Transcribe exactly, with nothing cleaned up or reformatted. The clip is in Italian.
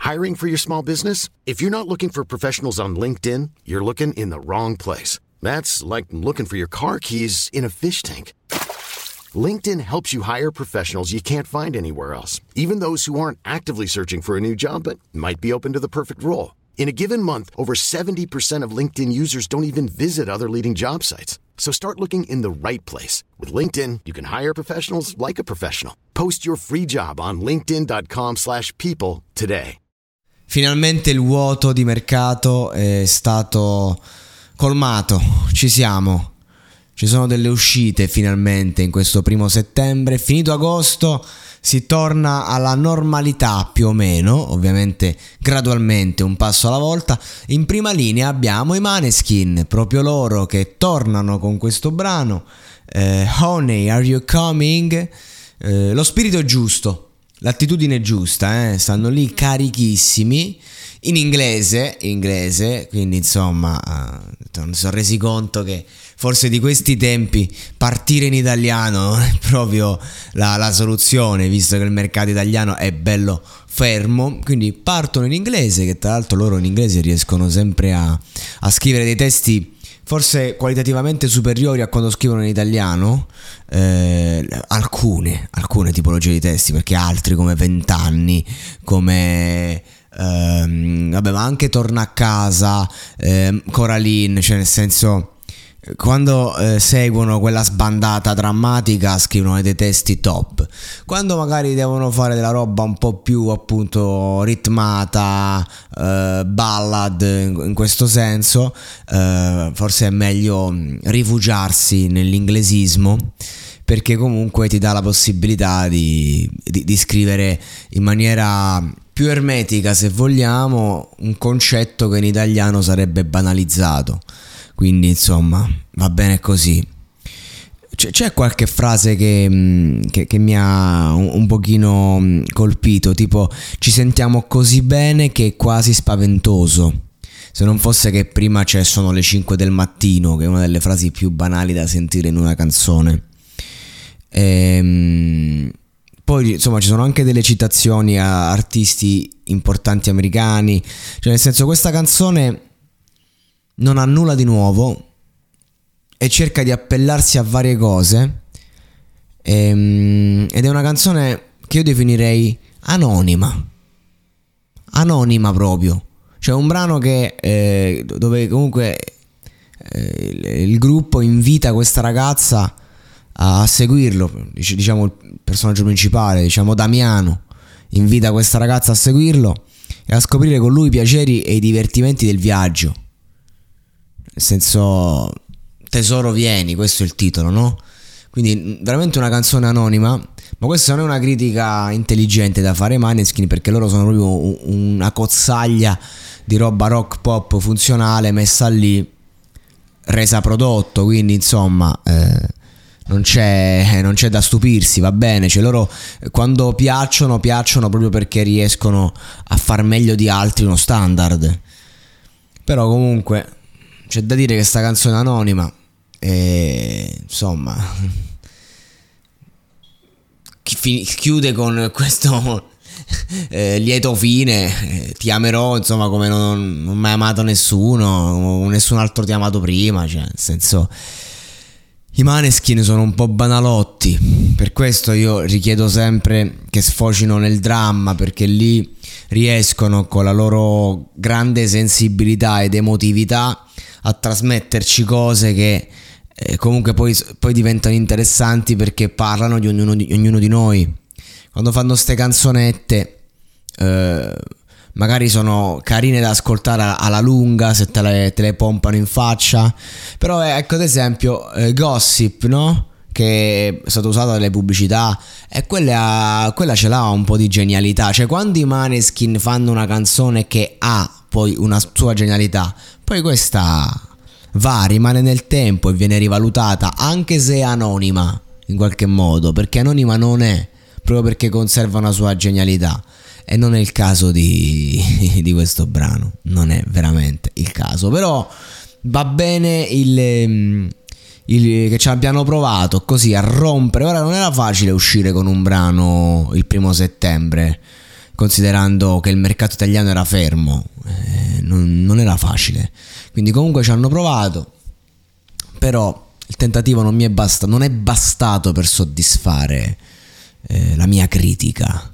Hiring for your small business? If you're not looking for professionals on LinkedIn, you're looking in the wrong place. That's like looking for your car keys in a fish tank. LinkedIn helps you hire professionals you can't find anywhere else, even those who aren't actively searching for a new job but might be open to the perfect role. In a given month, over seventy percent of LinkedIn users don't even visit other leading job sites. So start looking in the right place. With LinkedIn, you can hire professionals like a professional. Post your free job on linkedin.com slash people today. Finalmente il vuoto di mercato è stato colmato, ci siamo. Ci sono delle uscite finalmente in questo primo settembre. Finito agosto si torna alla normalità più o meno, ovviamente gradualmente, un passo alla volta. In prima linea abbiamo i Maneskin, proprio loro che tornano con questo brano, eh, Honey, Are You Coming? Eh, lo spirito è giusto, l'attitudine è giusta, eh? Stanno lì carichissimi. In inglese, in inglese, quindi insomma, uh, mi sono resi conto che forse di questi tempi partire in italiano non è proprio la, la soluzione, visto che il mercato italiano è bello fermo, quindi partono in inglese, che tra l'altro loro in inglese riescono sempre a, a scrivere dei testi forse qualitativamente superiori a quando scrivono in italiano, eh, alcune, alcune tipologie di testi, perché altri come Vent'anni, come... Uh, vabbè, ma anche Torna a casa, uh, Coraline, cioè nel senso, quando uh, seguono quella sbandata drammatica scrivono dei testi top. Quando magari devono fare della roba un po' più appunto ritmata, uh, ballad in, in questo senso, uh, forse è meglio rifugiarsi nell'inglesismo, perché comunque ti dà la possibilità di, di, di scrivere in maniera più ermetica, se vogliamo, un concetto che in italiano sarebbe banalizzato. Quindi insomma va bene così. C'è, c'è qualche frase che, che, che mi ha un, un pochino colpito, tipo ci sentiamo così bene che è quasi spaventoso. Se non fosse che prima c'è sono le cinque del mattino, che è una delle frasi più banali da sentire in una canzone. Ehm Poi insomma ci sono anche delle citazioni a artisti importanti americani, cioè nel senso, questa canzone non ha nulla di nuovo e cerca di appellarsi a varie cose, ehm, ed è una canzone che io definirei anonima, anonima proprio, cioè un brano che eh, dove comunque eh, il gruppo invita questa ragazza a seguirlo, diciamo il personaggio principale, diciamo Damiano, invita questa ragazza a seguirlo e a scoprire con lui i piaceri e i divertimenti del viaggio. Nel senso, tesoro vieni, questo è il titolo, no? Quindi veramente una canzone anonima, ma questa non è una critica intelligente da fare ai Maneskin, perché loro sono proprio una cozzaglia di roba rock pop funzionale messa lì, resa prodotto, quindi insomma eh, Non c'è, non c'è da stupirsi, va bene, cioè loro quando piacciono, piacciono proprio perché riescono a far meglio di altri uno standard. Però comunque c'è da dire che sta canzone è anonima e insomma chiude con questo eh, lieto fine, eh, ti amerò, insomma, come non, non mai amato nessuno, nessun altro ti ha amato prima, cioè nel senso... I Maneskin sono un po' banalotti, per questo io richiedo sempre che sfocino nel dramma, perché lì riescono con la loro grande sensibilità ed emotività a trasmetterci cose che eh, comunque poi, poi diventano interessanti, perché parlano di ognuno di, ognuno di noi. Quando fanno ste canzonette eh, magari sono carine da ascoltare alla lunga se te le, te le pompano in faccia, però ecco, ad esempio eh, Gossip, no? Che è stato usato dalle pubblicità, e quella, quella ce l'ha un po' di genialità. Cioè quando i Maneskin fanno una canzone che ha poi una sua genialità, poi questa va, rimane nel tempo e viene rivalutata, anche se è anonima in qualche modo, perché anonima non è, proprio perché conserva una sua genialità. E non è il caso di, di questo brano, non è veramente il caso. Però va bene il, il che ci abbiano provato così a rompere. Ora non era facile uscire con un brano il primo settembre, considerando che il mercato italiano era fermo, eh, non, non era facile. Quindi comunque ci hanno provato, però il tentativo non mi è basta, non è bastato per soddisfare eh, la mia critica.